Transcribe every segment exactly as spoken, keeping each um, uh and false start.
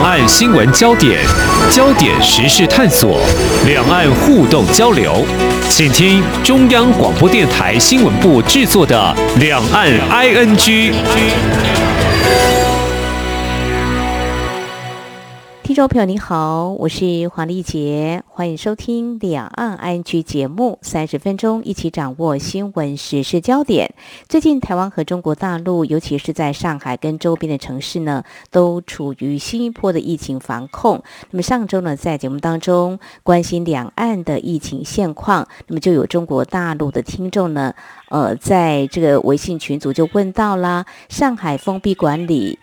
岸新闻焦点、焦点时事探索、两岸互动交流，请听中央广播电台新闻部制作的《两岸 I N G》。 听众朋友你好，我是黄丽杰，欢迎收听两岸 I N G 节目，三十分钟一起掌握新闻时事焦点。最近台湾和中国大陆，尤其是在上海跟周边的城市呢，都处于新一波的疫情防控。那么上周呢，在节目当中关心两岸的疫情现况，那么就有中国大陆的听众呢，呃，在这个微信群组就问到啦，上海封闭管理。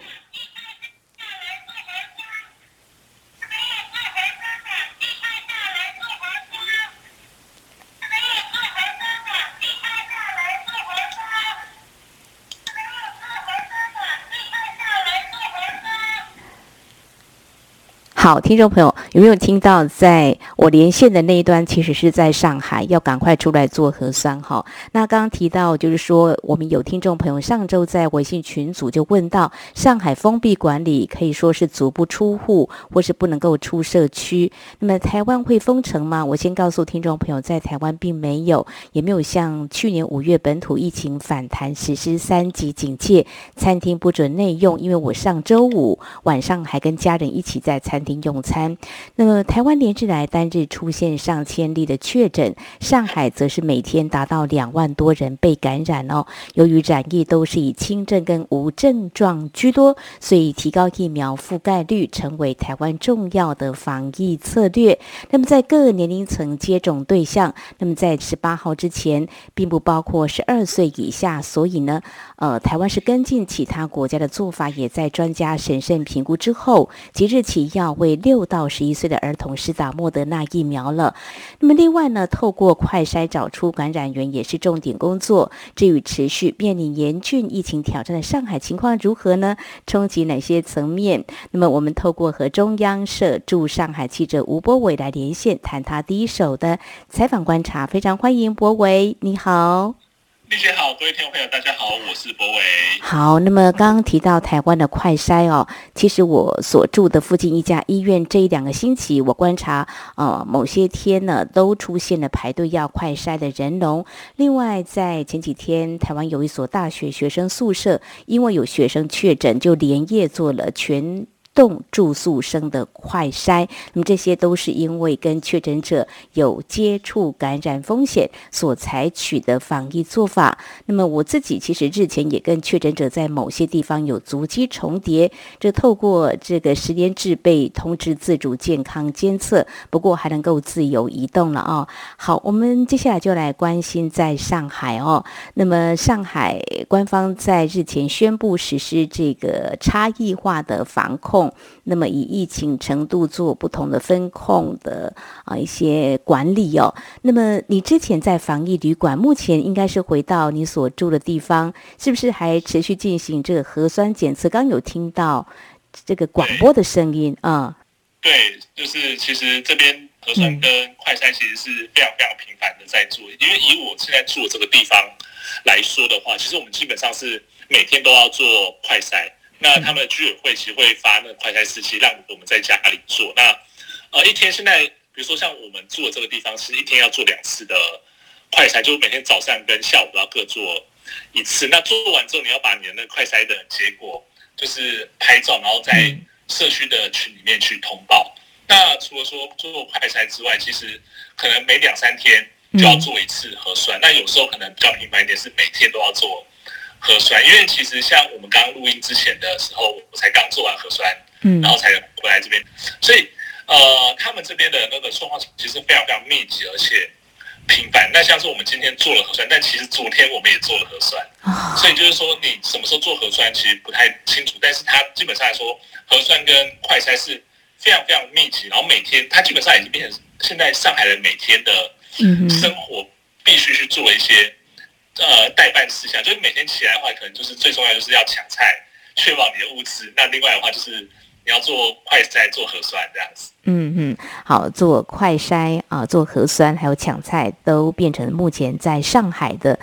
好，听众朋友有没有听到，在我连线的那一端，其实是在上海，要赶快出来做核酸哈。那刚刚提到，就是说我们有听众朋友上周在微信群组就问到，上海封闭管理可以说是足不出户，或是不能够出社区。那么台湾会封城吗？我先告诉听众朋友，在台湾并没有，也没有像去年五月本土疫情反弹实施三级警戒，餐厅不准内用。因为我上周五晚上还跟家人一起在餐厅用餐。那么台湾连日来单日出现上千例的确诊，上海则是每天达到两万多人被感染哦。由于染疫都是以轻症跟无症状居多，所以提高疫苗覆盖率成为台湾重要的防疫策略。那么在各个年龄层接种对象，那么在十八号之前并不包括十二岁以下，所以呢呃，台湾是跟进其他国家的做法，也在专家审慎评估之后，即日起要为六到十一岁的儿童施打莫德纳疫苗了。那么另外呢，透过快筛找出感染源也是重点工作。至于持续面临严峻疫情挑战的上海情况如何呢？冲击哪些层面？那么我们透过和中央社驻上海记者吴柏伟来连线，谈他第一手的采访观察。非常欢迎柏伟，你好。 丽姐好，各位听众朋友大家好，我是柏伟。 好，那么刚刚提到台湾的快筛哦，其实我所住的附近一家医院这一两个星期，我观察呃某些天呢都出现了排队要快筛的人龙。另外在前几天，台湾有一所大学学生宿舍，因为有学生确诊，就连夜做了全动住宿生的快筛，那么这些都是因为跟确诊者有接触感染风险所采取的防疫做法。那么我自己其实日前也跟确诊者在某些地方有足迹重叠，这透过这个实联制被通知自主健康监测，不过还能够自由移动了哦。好，我们接下来就来关心在上海哦。那么上海官方在日前宣布实施这个差异化的防控，那么以疫情程度做不同的分控的啊一些管理哦。那么你之前在防疫旅馆，目前应该是回到你所住的地方，是不是还持续进行这个核酸检测？刚有听到这个广播的声音啊、嗯。 对，就是其实这边核酸跟快筛其实是非常非常频繁的在做，因为以我现在住的这个地方来说的话，其实我们基本上是每天都要做快筛。那他们的居委会其实会发那个快筛试剂，让我们在家里做。那呃，一天现在，比如说像我们住的这个地方，是一天要做两次的快筛，就是每天早上跟下午都要各做一次。那做完之后，你要把你的那个快筛的结果就是拍照，然后在社区的群里面去通报。那除了说做快筛之外，其实可能每两三天就要做一次核酸。那有时候可能比较频繁一点，是每天都要做核酸，因为其实像我们刚刚录音之前的时候，我才刚做完核酸，嗯，然后才回来这边，所以呃，他们这边的那个状况其实非常非常密集，而且频繁。那像是我们今天做了核酸，但其实昨天我们也做了核酸，哦、所以就是说你什么时候做核酸其实不太清楚，但是它基本上来说，核酸跟快筛是非常非常密集，然后每天它基本上已经变成现在上海人每天的生活必须去做一些。呃，代办事项就是每天起来的话，可能就是最重要就是要抢菜，确保你的物资。那另外的话就是你要做快筛、做核酸这样子。 嗯嗯，好，做快筛啊、呃，做核酸还有抢菜，都变成目前在上海的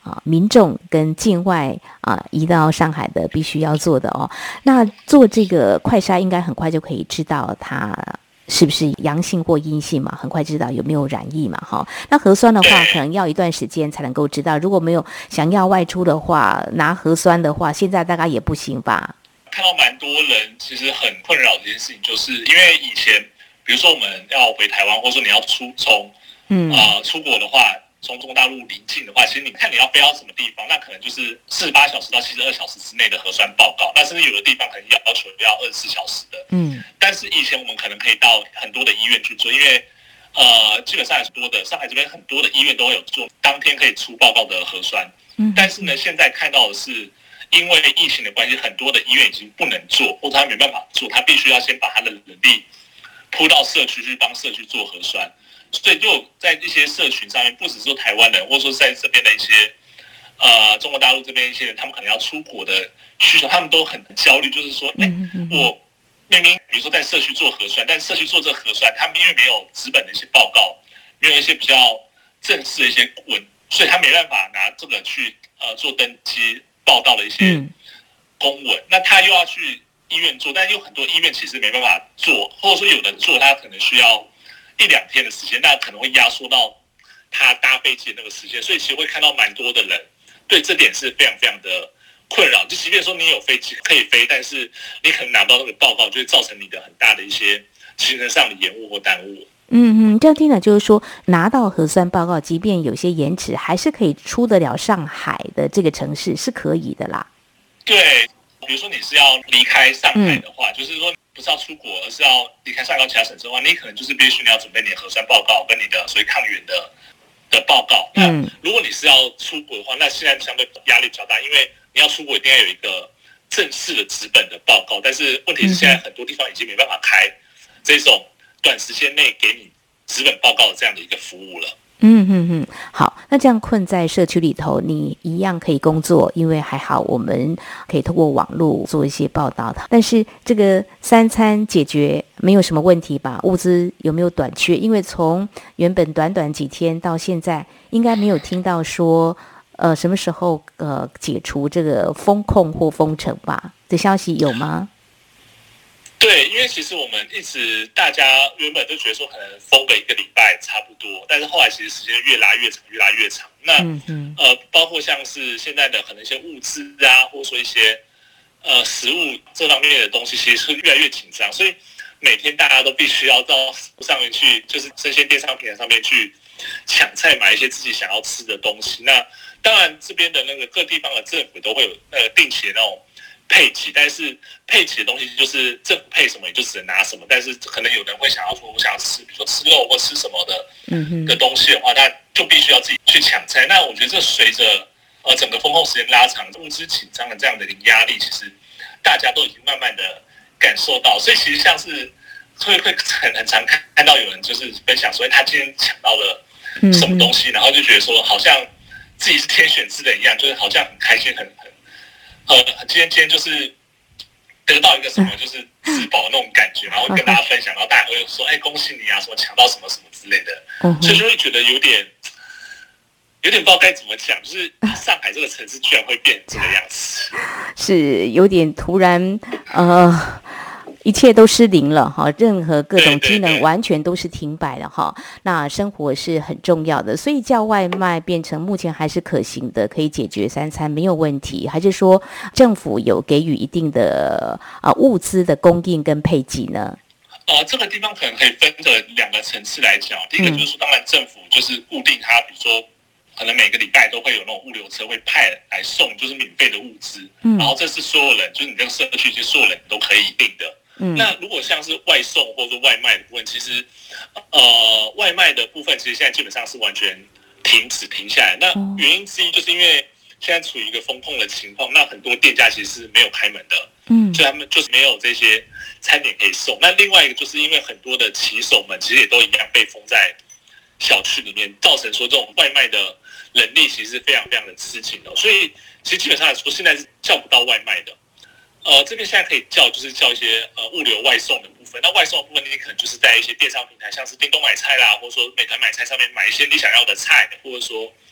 啊民众跟境外啊移到上海的必须要做的哦。那做这个快筛应该很快就可以知道它是不是阳性或阴性嘛，很快知道有没有染疫嘛，哈。那核酸的话，可能要一段时间才能够知道。如果没有想要外出的话，拿核酸的话，现在大概也不行吧？ 看到蛮多人其实很困扰的一件事情，就是因为以前，比如说我们要回台湾，或者说你要出从嗯呃出国的话。从中国大陆临近的话，其实你看你要飞到什么地方，那可能就是四十八小时到七十二小时之内的核酸报告，那甚至有的地方可能要求要二十四小时的。嗯，但是以前我们可能可以到很多的医院去做，因为呃基本上很多的上海这边很多的医院都会有做当天可以出报告的核酸。嗯，但是呢，现在看到的是，因为疫情的关系，很多的医院已经不能做，或者他没办法做，他必须要先把他的人力铺到社区去帮社区做核酸。所以就在一些社群上面，不只是说台湾人，或者说在这边的一些呃中国大陆这边一些人，他们可能要出国的需求，他们都很焦虑，就是说，哎，我明明比如说在社区做核酸，但社区做这个核酸，他们因为没有纸本的一些报告，没有一些比较正式的一些文，所以他没办法拿这个去呃做登记报道的一些公文，那他又要去医院做，但有很多医院其实没办法做，或者说有人做，他可能需要一两天的时间，那可能会压缩到他搭飞机的那个时间，所以其实会看到蛮多的人对这点是非常非常的困扰。就即便说你有飞机可以飞，但是你可能拿不到那个报告，就会造成你的很大的一些行程上的延误或耽误。 嗯嗯，这样听了就是说，拿到核酸报告，即便有些延迟，还是可以出得了上海的这个城市，是可以的啦。 对，比如说你是要离开上海的话，嗯、就是说。不是要出国，而是要离开上海到其他省市的话，你可能就是必须你要准备你的核酸报告跟你的所谓抗原的的报告。那如果你是要出国的话，那现在相对压力比较大，因为你要出国一定要有一个正式的纸本的报告。但是问题是现在很多地方已经没办法开这种短时间内给你纸本报告的这样的一个服务了。 嗯嗯嗯，好，那这样困在社区里头，你一样可以工作，因为还好我们可以透过网络做一些报道。但是这个三餐解决没有什么问题吧？物资有没有短缺？因为从原本短短几天到现在，应该没有听到说呃什么时候呃解除这个封控或封城吧？这消息有吗？ 对，因为其实我们一直大家原本都觉得说可能封个一个礼拜差不多，但是后来其实时间越拉越长，越拉越长。那、嗯嗯、呃，包括像是现在的可能一些物资啊，或者说一些呃食物这方面的东西，其实是越来越紧张，所以每天大家都必须要到上面去，就是生鲜电商平台上面去抢菜，买一些自己想要吃的东西。那当然这边的那个各地方的政府都会有那个定期的那种配给，但是配给的东西就是政府配什么你就只能拿什么，但是可能有人会想要说我想要吃，比如说吃肉或吃什么的、嗯、的东西的话，那就必须要自己去抢菜。那我觉得这随着呃整个封控时间拉长，物资紧张的这样的一个压力，其实大家都已经慢慢的感受到，所以其实像是会会很很常看看到有人就是分享说他今天抢到了什么东西，嗯、然后就觉得说好像自己是天选之人一样，就是好像很开心很很。呃，今天今天就是得到一个什么，就是自保那种感觉，然后跟大家分享，然后大家会说，哎，恭喜你啊，什么抢到什么什么之类的，所以就会觉得有点有点不知道该怎么讲，就是上海这个城市居然会变成这个样子， 是有点突然，呃。一切都失灵了哈，任何各种机能完全都是停摆了哈。那生活是很重要的，所以叫外卖变成目前还是可行的，可以解决三餐没有问题。还是说政府有给予一定的啊、呃、物资的供应跟配给呢？ 呃，这个地方可能可以分着两个层次来讲。第一个就是说，当然政府就是固定它，比如说可能每个礼拜都会有那种物流车会派来送，就是免费的物资。嗯，然后这是所有人，就是你这个社区，其实所有人都可以订的。嗯、那如果像是外送或者说外卖的部分，其实呃外卖的部分其实现在基本上是完全停止停下来。那原因之一就是因为现在处于一个封控的情况，那很多店家其实是没有开门的，嗯，所以他们就是没有这些餐点可以送。那另外一个就是因为很多的骑手们其实也都一样被封在小区里面，造成说这种外卖的人力其实是非常非常的吃紧的，所以其实基本上来说现在是叫不到外卖的。呃，这边现在可以叫，就是叫一些呃物流外送的部分。那外送的部分，你可能就是在一些电商平台，像是叮咚买菜啦，或者说美团买菜上面买一些你想要的菜，或者说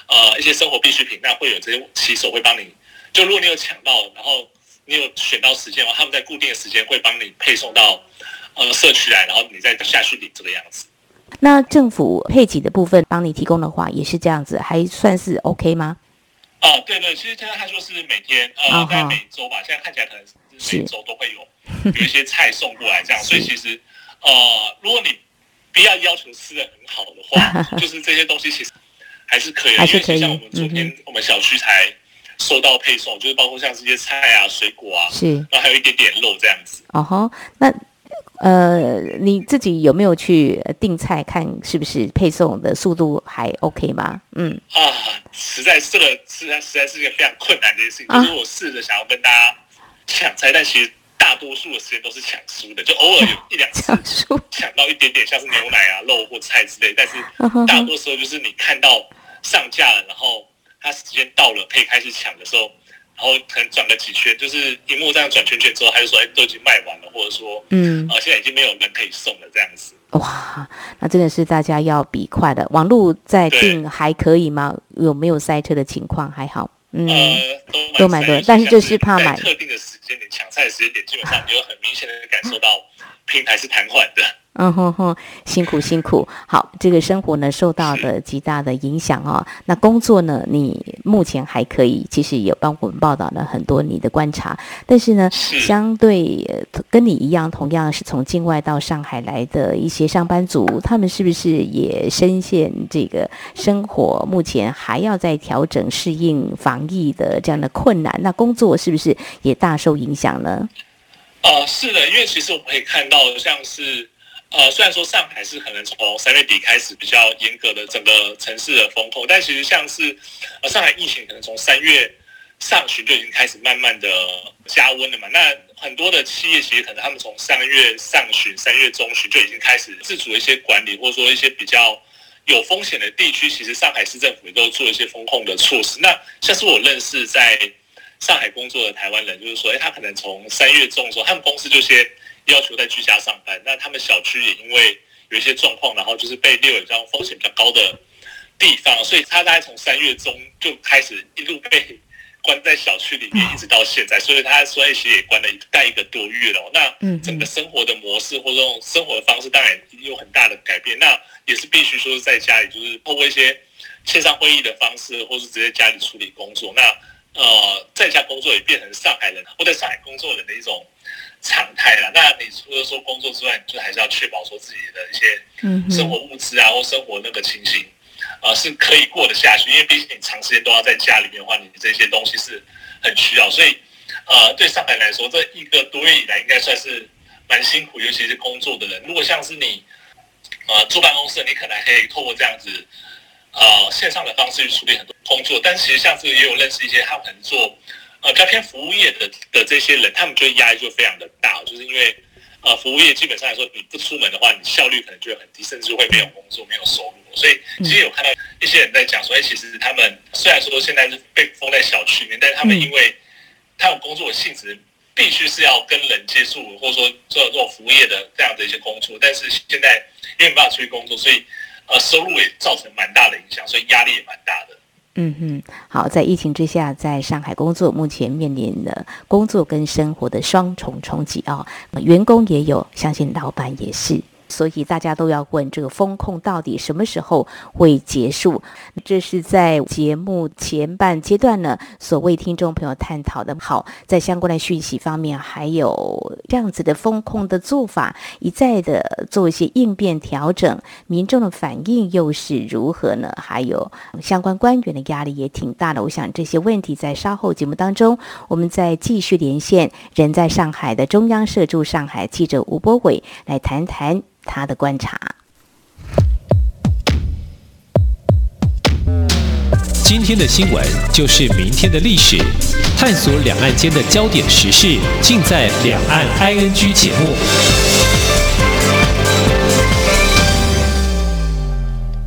呃一些生活必需品，那会有这些骑手会帮你，就如果你有抢到，然后你有选到时间的话，他们在固定的时间会帮你配送到呃社区来，然后你再下去领这个样子。 那政府配给的部分帮你提供的话，也是这样子，还算是 OK 吗？ 啊，对对，其实现在他说是每天，呃，在每周吧，现在看起来可能是每周都会有有一些菜送过来这样，所以其实，呃，如果你不要要求吃的很好的话，就是这些东西其实还是可以的， 还是可以。 因为像我们昨天、嗯、我们小区才收到配送，就是包括像这些菜啊、水果啊， 是， 然后还有一点点肉这样子。 哦吼，那。呃，你自己有没有去订菜，看是不是配送的速度还 OK 吗？嗯啊，实在这个实在实在是一个非常困难的一件事情，啊、就是我试着想要跟大家抢菜，但其实大多数的时间都是抢输的，就偶尔有一两次抢到一点点，像是牛奶啊、肉或菜之类，但是大多时候就是你看到上架了，然后它时间到了可以开始抢的时候。然后可能转个几圈，就是荧幕这样转圈圈之后，他就说：“哎，都已经卖完了，或者说，嗯，呃，现在已经没有人可以送了，这样子。” 哇，那真的是大家要比快的。网络在订还可以吗？有没有塞车的情况？还好， 嗯，呃， 都蛮多，但是就是怕买特定的时间点抢菜的时间点，基本上你有很明显的感受到平台是瘫痪的。 嗯哼哼，辛苦辛苦。好，这个生活呢受到的极大的影响哦。那工作呢，你目前还可以，其实也帮我们报道了很多你的观察。但是呢，相对跟你一样，同样是从境外到上海来的一些上班族，他们是不是也深陷这个生活目前还要再调整适应防疫的这样的困难？那工作是不是也大受影响呢？ 呃，是的，因为其实我们可以看到，像是。呃，虽然说上海是可能从三月底开始比较严格的整个城市的封控，但其实像是呃上海疫情可能从三月上旬就已经开始慢慢的加温了嘛。那很多的企业其实可能他们从三月上旬、三月中旬就已经开始自主的一些管理，或者说一些比较有风险的地区，其实上海市政府也都做一些封控的措施。那像是我认识在上海工作的台湾人，就是说，哎，他可能从三月中的时候，他们公司就先要求在居家上班，那他们小区也因为有一些状况，然后就是被列为这样风险比较高的地方，所以他大概从三月中就开始一路被关在小区里面，一直到现在，所以他说其实也关了大概一个多月了。那整个生活的模式或者这种生活的方式，当然有很大的改变。那也是必须说是在家里，就是透过一些线上会议的方式，或是直接家里处理工作。那呃，在家工作也变成上海人或在上海工作人的一种常态了。那你除了说工作之外，你就还是要确保说自己的一些生活物资啊，或生活那个情形，呃，是可以过得下去。因为毕竟你长时间都要在家里面的话，你这些东西是很需要。所以，呃，对上海人来说，这一个多月以来应该算是蛮辛苦，尤其是工作的人。如果像是你，呃，坐办公室，你可能可以透过这样子。呃，线上的方式去处理很多工作，但其实像是也有认识一些他们可能做呃比较偏服务业的的这些人，他们就压力就非常的大，就是因为呃服务业基本上来说，你不出门的话，你效率可能就会很低，甚至会没有工作、没有收入。所以其实有看到一些人在讲说，哎，其实他们虽然说现在是被封在小区里面，但是他们因为他们工作的性质必须是要跟人接触，或者说做这种服务业的这样的一些工作，但是现在因为没办法出去工作，所以。呃，收入也造成蛮大的影响，所以压力也蛮大的。 嗯哼，好，在疫情之下，在上海工作，目前面临的工作跟生活的双重冲击啊、哦，员工也有，相信老板也是。所以大家都要问这个风控到底什么时候会结束？这是在节目前半阶段呢，所为听众朋友探讨的。好，在相关的讯息方面，还有这样子的风控的做法，一再的做一些应变调整，民众的反应又是如何呢？还有相关官员的压力也挺大的。我想这些问题在稍后节目当中，我们再继续连线人在上海的中央社驻上海记者吴波伟来谈谈他的观察。 今天的新闻就是明天的历史，探索两岸间的焦点时事，尽在《两岸 I N G》节目。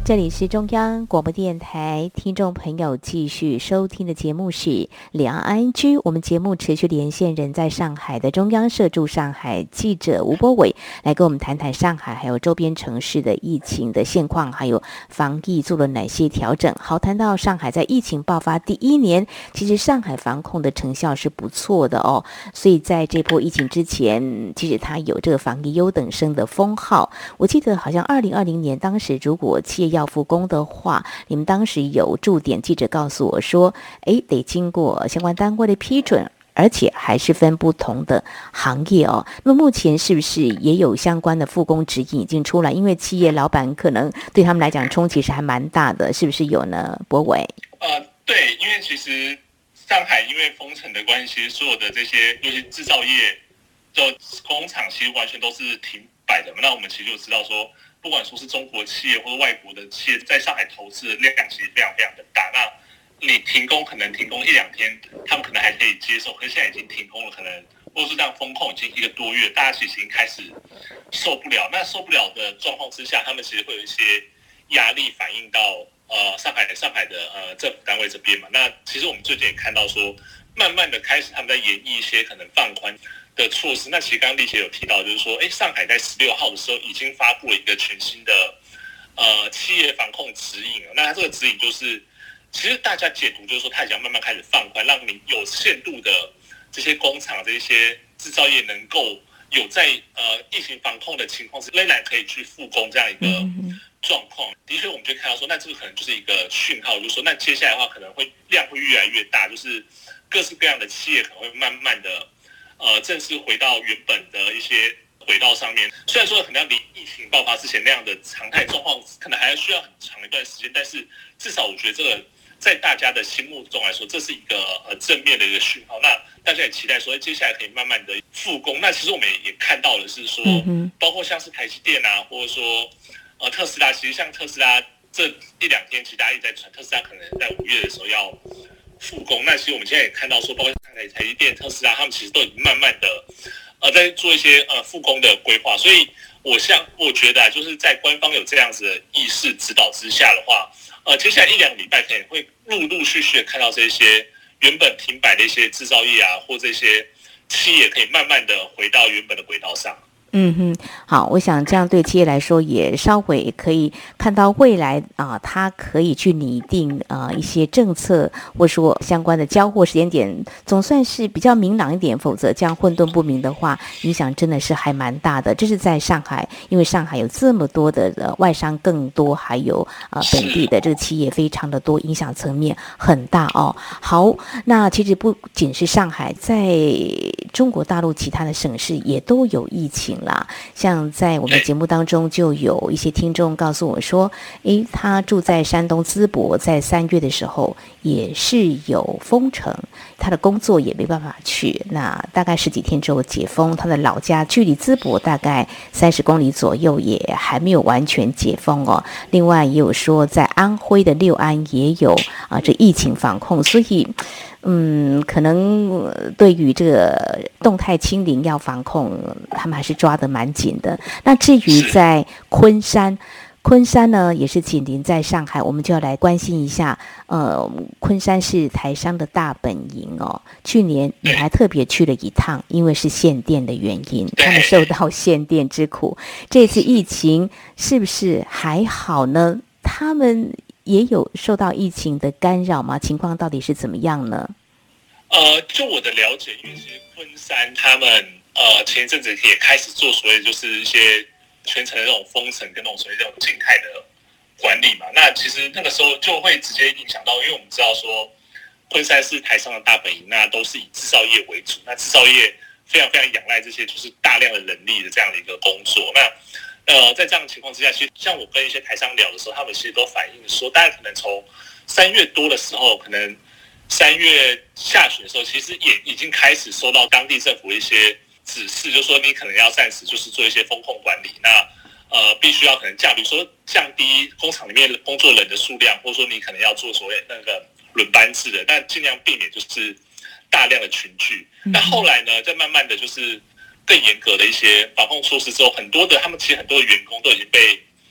这里是中央广播电台，听众朋友继续收听的节目是两岸 I N G。我们节目持续连线人在上海的中央社驻上海记者吴柏伟，来跟我们谈谈上海还有周边城市的疫情的现况，还有防疫做了哪些调整。好，谈到上海在疫情爆发第一年，其实上海防控的成效是不错的哦。所以在这波疫情之前，其实它有这个防疫优等生的封号。我记得好像二零二零年，当时如果企业要复工的话，你们当时有驻点记者告诉我说，哎，得经过相关单位的批准，而且还是分不同的行业哦。那么目前是不是也有相关的复工指引已经出来？因为企业老板可能对他们来讲冲击是还蛮大的，是不是有呢？柏伟？ 呃，对，因为其实上海因为封城的关系，所有的这些尤其制造业的工厂其实完全都是停摆的嘛。那我们其实就知道说，不管说是中国企业或者外国的企业，在上海投资的量其实非常非常的大。那你停工可能停工一两天，他们可能还可以接受，可是现在已经停工了，可能或者是这样封控已经一个多月，大家其实已经开始受不了。那受不了的状况之下，他们其实会有一些压力反映到呃上海上海的呃政府单位这边嘛。那其实我们最近也看到说，慢慢的开始他们在研议一些可能放宽的措施。那其实刚刚丽姐有提到，就是说，哎，上海在十六号的时候已经发布了一个全新的呃企业防控指引了。那它这个指引就是，其实大家解读就是说，它已经慢慢开始放宽，让你有限度的这些工厂、这些制造业能够有在呃疫情防控的情况下，仍然可以去复工这样一个状况。的确，我们就看到说，那这个可能就是一个讯号，就是说，那接下来的话可能会量会越来越大，就是各式各样的企业可能会慢慢的。呃，正式回到原本的一些轨道上面。虽然说可能要离疫情爆发之前那样的常态状况，可能还需要很长一段时间，但是至少我觉得这个在大家的心目中来说，这是一个呃正面的一个讯号。那大家也期待说，接下来可以慢慢的复工。那其实我们也看到的是说，包括像是台积电啊，或者说呃特斯拉，其实像特斯拉这一两天，其实大家一直在传，特斯拉可能在五月的时候要复工。那其实我们现在也看到说，包括台积电、特斯拉，他们其实都已经慢慢的呃在做一些呃复工的规划。所以我像我觉得啊，就是在官方有这样子的意识指导之下的话，呃，接下来一两个礼拜可能会陆陆续续的看到这些原本停摆的一些制造业啊，或这些企业可以慢慢的回到原本的轨道上。 嗯哼，好，我想这样对企业来说也稍微可以看到未来啊、呃，它可以去拟定啊、呃、一些政策，或者说相关的交货时间点，总算是比较明朗一点。否则这样混沌不明的话，影响真的是还蛮大的。这是在上海，因为上海有这么多的、呃、外商更多，还有啊、呃、本地的这个企业非常的多，影响层面很大哦。好，那其实不仅是上海，在中国大陆其他的省市也都有疫情。啦，像在我们的节目当中，就有一些听众告诉我说，诶，他住在山东淄博，在三月的时候也是有封城，他的工作也没办法去。那大概十几天之后解封，他的老家距离淄博大概三十公里左右，也还没有完全解封哦。另外也有说，在安徽的六安也有啊，这疫情防控，所以。嗯，可能对于这个动态清零要防控，他们还是抓得蛮紧的。那至于在昆山，昆山呢也是紧邻在上海，我们就要来关心一下。呃，昆山是台商的大本营哦。去年你还特别去了一趟，因为是限电的原因，他们受到限电之苦。这次疫情是不是还好呢？他们也有受到疫情的干扰吗？情况到底是怎么样呢？ 呃，就我的了解，因为其实昆山他们呃前一阵子也开始做所谓的就是一些全程的这种封城跟那种所谓这种静态的管理嘛。那其实那个时候就会直接影响到，因为我们知道说昆山是台商的大本营，那都是以制造业为主，那制造业非常非常仰赖这些就是大量的人力的这样的一个工作。那呃，在这样的情况之下，其实像我跟一些台商聊的时候，他们其实都反映说，大家可能从三月多的时候，可能三月下旬的时候，其实也已经开始收到当地政府的一些指示，就是说你可能要暂时就是做一些风控管理，那呃，必须要可能降，比如说降低工厂里面工作人的数量，或者说你可能要做所谓那个轮班制的，但尽量避免就是大量的群聚。那后来呢，再慢慢的就是更严格的一些防控措施之后，很多的他们其实很多的员工都已经被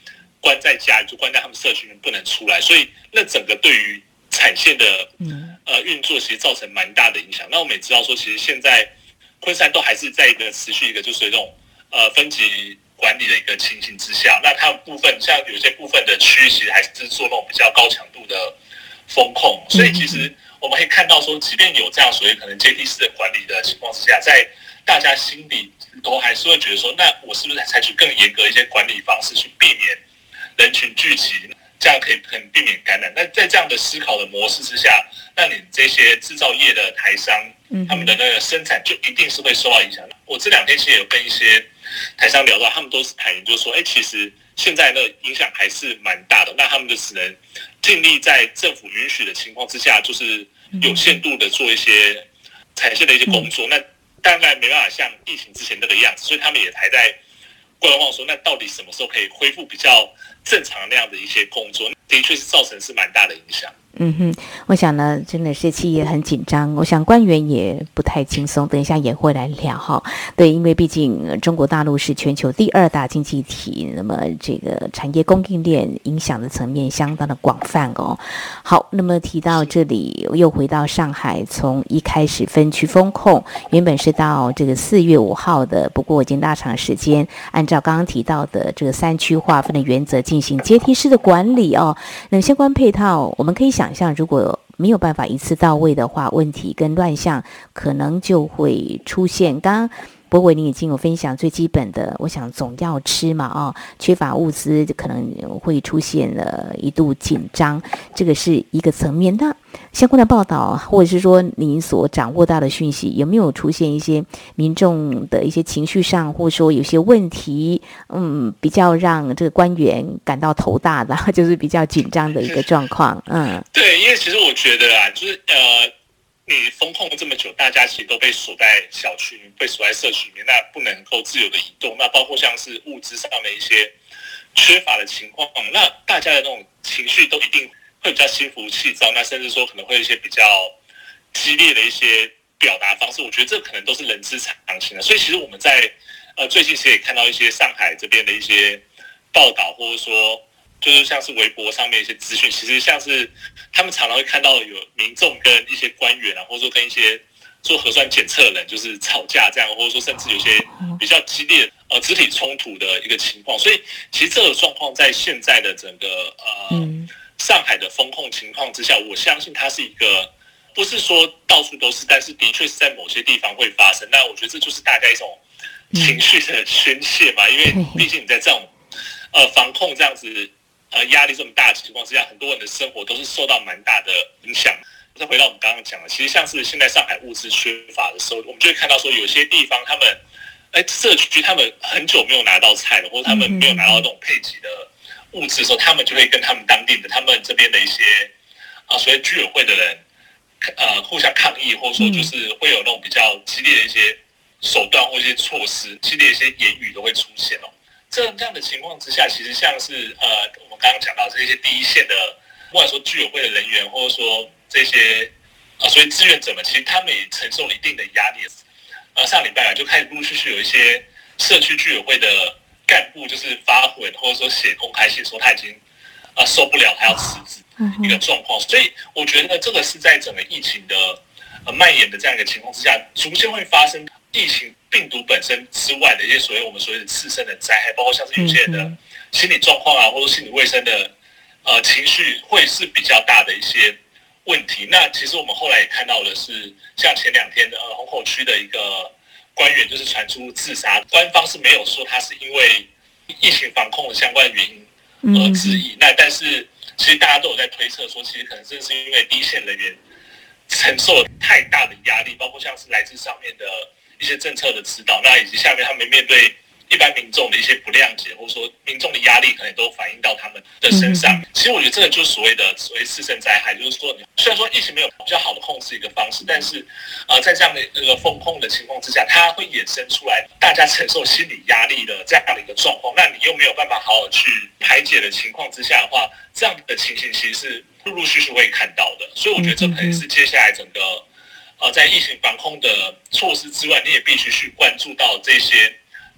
关在家里，就关在他们社区里面不能出来，所以那整个对于产线的呃运作其实造成蛮大的影响。那我们也知道说，其实现在昆山都还是在一个持续一个就是这种呃分级管理的一个情形之下，那它部分像有些部分的区域其实还是做那种比较高强度的风控，所以其实我们可以看到说，即便有这样所谓可能阶梯式的管理的情况之下，在大家心里都还是会觉得说，那我是不是采取更严格一些管理方式去避免人群聚集，这样可以可能避免感染。那在这样的思考的模式之下，那你这些制造业的台商，他们的那个生产就一定是会受到影响。我这两天其实有跟一些台商聊到，他们都是坦言，就是说，哎，其实现在的影响还是蛮大的。那他们就只能尽力在政府允许的情况之下，就是有限度的做一些产线的一些工作。那当然没办法像疫情之前那个样子，所以他们也还在观望说，那到底什么时候可以恢复比较正常那样的一些工作？的确是造成是蛮大的影响。 嗯哼，我想呢，真的是企业很紧张，我想官员也不太轻松，等一下也会来聊哈。对，因为毕竟中国大陆是全球第二大经济体，那么这个产业供应链影响的层面相当的广泛哦。好，那么提到这里，又回到上海，从一开始分区封控，原本是到这个四月五号的，不过已经拉长时间，按照刚刚提到的这个三区划分的原则进行阶梯式的管理哦。那么相关配套，我们可以想想象，如果没有办法一次到位的话，问题跟乱象可能就会出现。刚刚柏伟你已经有分享最基本的，我想总要吃嘛，哦，缺乏物资可能会出现了一度紧张，这个是一个层面。那相关的报道或者是说您所掌握到的讯息，有没有出现一些民众的一些情绪上，或者说有些问题，嗯，比较让这个官员感到头大的，就是比较紧张的一个状况？嗯， 对，因为其实我觉得啊，就是呃。你封控这么久，大家其实都被锁在小区，被锁在社区里面，那不能够自由的移动。那包括像是物资上的一些缺乏的情况，那大家的那种情绪都一定会比较心浮气躁，那甚至说可能会有一些比较激烈的一些表达方式。我觉得这可能都是人之常情的。所以其实我们在呃最近其实也看到一些上海这边的一些报道，或者说。就是像是微博上面一些资讯，其实像是他们常常会看到有民众跟一些官员啊，或者说跟一些做核酸检测的人就是吵架这样，或者说甚至有些比较激烈呃肢体冲突的一个情况。所以其实这个状况在现在的整个呃上海的封控情况之下，我相信它是一个不是说到处都是，但是的确是在某些地方会发生。那我觉得这就是大家一种情绪的宣泄嘛，因为毕竟你在这种呃防控这样子。呃，压力这么大的情况之下，很多人的生活都是受到蛮大的影响。再回到我们刚刚讲的，其实像是现在上海物资缺乏的时候，我们就会看到说，有些地方他们，哎，社区他们很久没有拿到菜了，或者他们没有拿到那种配给的物资的时候，他们就会跟他们当地的、他们这边的一些啊，所谓居委会的人，呃，互相抗议，或者说就是会有那种比较激烈的一些手段或一些措施，激烈的一些言语都会出现哦。这这样的情况之下，其实像是呃，我们刚刚讲到这些第一线的，不管说居委会的人员，或者说这些呃，所以志愿者们，其实他们也承受了一定的压力。呃，上礼拜啊，就开始陆陆续续有一些社区居委会的干部，就是发文或者说写公开信说他已经呃受不了，他要辞职一个状况。所以我觉得这个是在整个疫情的呃蔓延的这样一个情况之下，逐渐会发生疫情。病毒本身之外的一些所谓我们所谓的次生的灾害，包括像是有些人的心理状况啊，或者心理卫生的呃情绪，会是比较大的一些问题。那其实我们后来也看到的是，像前两天的呃虹口区的一个官员就是传出自杀，官方是没有说他是因为疫情防控的相关原因而致意。那但是其实大家都有在推测说，其实可能真的是因为第一线人员承受了太大的压力，包括像是来自上面的。一些政策的指导，那以及下面他们面对一般民众的一些不谅解，或者说民众的压力，可能都反映到他们的身上。嗯、其实我觉得这个就是所谓的所谓次生灾害，就是说，虽然说疫情没有比较好的控制一个方式，但是呃，在这样的一个风控的情况之下，它会衍生出来大家承受心理压力的这样的一个状况。那你又没有办法好好去排解的情况之下的话，这样的情形其实是陆陆续续会看到的。所以我觉得这可能是接下来整个。呃，在疫情防控的措施之外，你也必须去关注到这些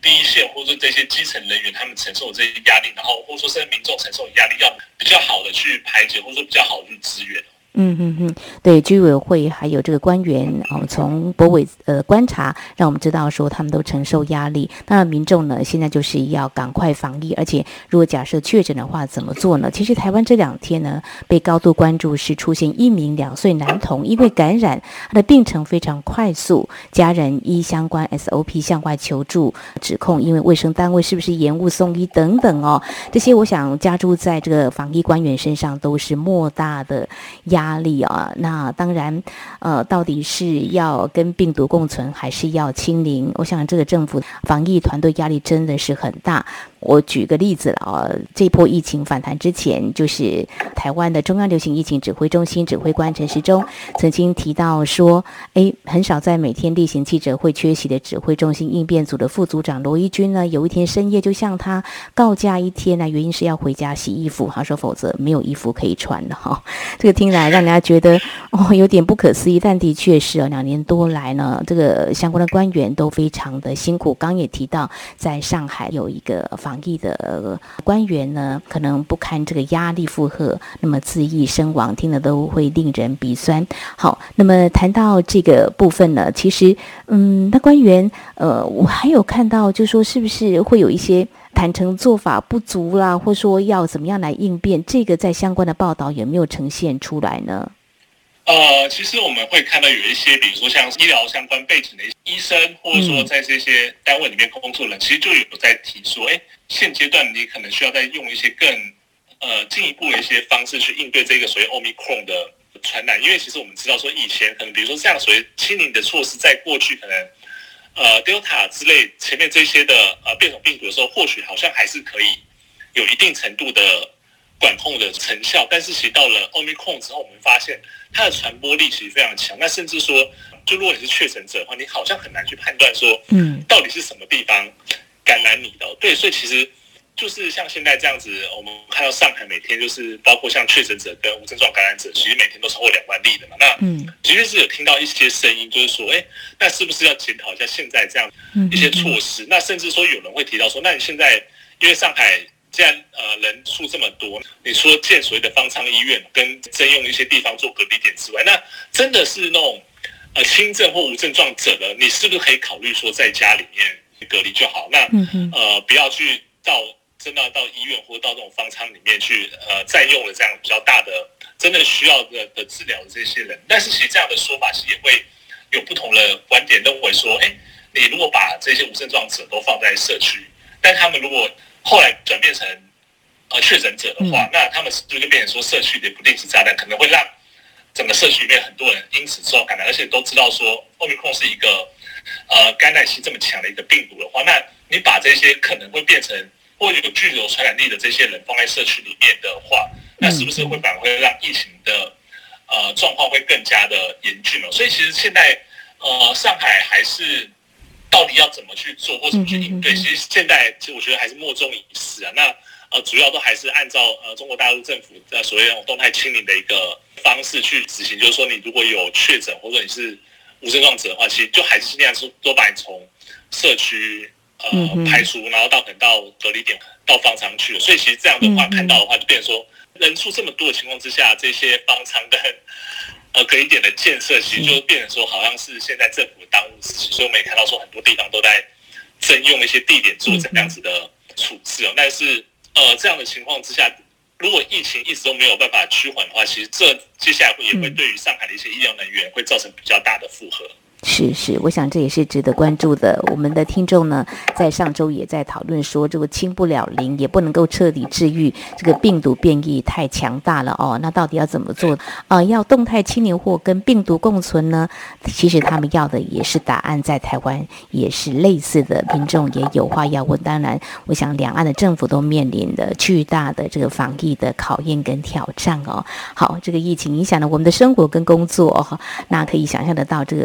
第一线或者说这些基层人员他们承受的这些压力，然后或者说是民众承受的压力，要比较好的去排解，或者说比较好的去支援。 嗯嗯嗯，对，居委会还有这个官员哦，从博委呃观察，让我们知道说他们都承受压力。当然，民众呢现在就是要赶快防疫，而且如果假设确诊的话，怎么做呢？其实台湾这两天呢被高度关注是出现一名两岁男童因为感染，他的病程非常快速，家人依相关 S O P 向外求助，指控因为卫生单位是不是延误送医等等哦，这些我想加诸在这个防疫官员身上都是莫大的压力。压力啊，那当然，呃，到底是要跟病毒共存，还是要清零？我想这个政府防疫团队压力真的是很大。我举个例子了啊，这波疫情反弹之前，就是台湾的中央流行疫情指挥中心指挥官陈时中曾经提到说，哎，很少在每天例行记者会缺席的指挥中心应变组的副组长罗一军呢，有一天深夜就向他告假一天呢，原因是要回家洗衣服，他说否则没有衣服可以穿了哈。这个听来让人家觉得哦有点不可思议，但的确是哦，两年多来呢，这个相关的官员都非常的辛苦。刚也提到，在上海有一个防疫的官员呢，可能不堪这个压力负荷，那么自缢身亡，听了都会令人鼻酸。好，那么谈到这个部分呢，其实嗯，那官员呃，我还有看到，就说是不是会有一些坦诚做法不足啦，或说要怎么样来应变，这个在相关的报道有没有呈现出来呢？ 呃，其实我们会看到有一些，比如说像医疗相关背景的医生，或者说在这些单位里面工作人，嗯、其实就有在提说，哎，现阶段你可能需要再用一些更呃进一步的一些方式去应对这个所谓 Omicron 的传染，因为其实我们知道说以前可能比如说这样所谓清零的措施，在过去可能呃 Delta 之类前面这些的呃变种病毒的时候，或许好像还是可以有一定程度的管控的成效，但是其实到了 Omicron 之后，我们发现它的传播力其实非常强。那甚至说，就如果你是确诊者的话，你好像很难去判断说，嗯，到底是什么地方感染你的。对，所以其实就是像现在这样子，我们看到上海每天就是包括像确诊者跟无症状感染者，其实每天都超过两万例的嘛。那嗯，的确是有听到一些声音，就是说，哎，那是不是要检讨一下现在这样一些措施？嗯嗯嗯，那甚至说有人会提到说，那你现在因为上海既然呃人数这么多，你除了建所谓的方舱医院跟征用一些地方做隔离点之外，那真的是那种呃轻症或无症状者的，你是不是可以考虑说在家里面隔离就好？那呃不要去到真的到医院或到这种方舱里面去呃占用了这样比较大的真的需要的的治疗的这些人。但是其实这样的说法其实也会有不同的观点，认为说，哎，你如果把这些无症状者都放在社区，但他们如果后来转变成呃确诊者的话，嗯、那他们是不是就变成说社区的不定时炸弹，可能会让整个社区里面很多人因此受到感染，而且都知道说 Omicron 是一个呃感染性这么强的一个病毒的话，那你把这些可能会变成或者有具有传染力的这些人放在社区里面的话，那是不是会反而会让疫情的呃状况会更加的严峻了？所以其实现在呃上海还是。到底要怎么去做或怎么去应对？其实现在其实我觉得还是莫衷一是啊。那呃主要都还是按照呃中国大陆政府的所谓的动态清零的一个方式去执行。就是说你如果有确诊或者你是无症状者的话，其实就还是尽量说都把你从社区呃排除，然后到可能到隔离点到方舱去了。所以其实这样的话看到的话，就变成说人数这么多的情况之下，这些方舱跟呃，隔离点的建设其实就变成说，好像是现在政府的当务之急，所以我们也看到说很多地方都在征用一些地点做这样子的处置哦。但是呃，这样的情况之下，如果疫情一直都没有办法趋缓的话，其实这接下来也会对于上海的一些医疗人员会造成比较大的负荷。 是是，我想这也是值得关注的。我们的听众呢，在上周也在讨论说，这个清不了零，也不能够彻底治愈，这个病毒变异太强大了哦。那到底要怎么做啊、呃？要动态清零或跟病毒共存呢？其实他们要的也是答案，在台湾也是类似的，民众也有话要问。当然，我想两岸的政府都面临的巨大的这个防疫的考验跟挑战哦。好，这个疫情影响了我们的生活跟工作哦，那可以想象得到，这个今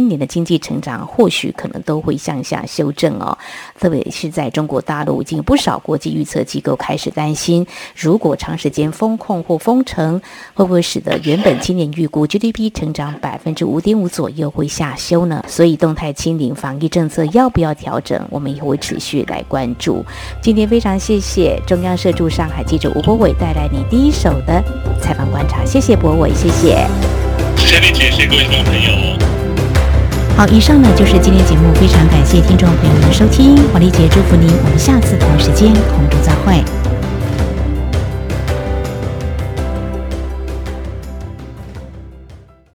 今年的经济成长或许可能都会向下修正哦。特别是在中国大陆，已经有不少国际预测机构开始担心，如果长时间封控或封城，会不会使得原本今年预估 G D P 成长百分之五点五左右会下修呢？所以动态清零防疫政策要不要调整，我们也会持续来关注。今天非常谢谢中央社驻上海记者吴柏伟带来你第一手的采访观察，谢谢柏伟，谢谢。 谢谢丽姐，谢谢各位听众朋友。 好，以上呢就是今天节目，非常感谢听众朋友们的收听，黄丽姐祝福您，我们下次同一时间空中再会。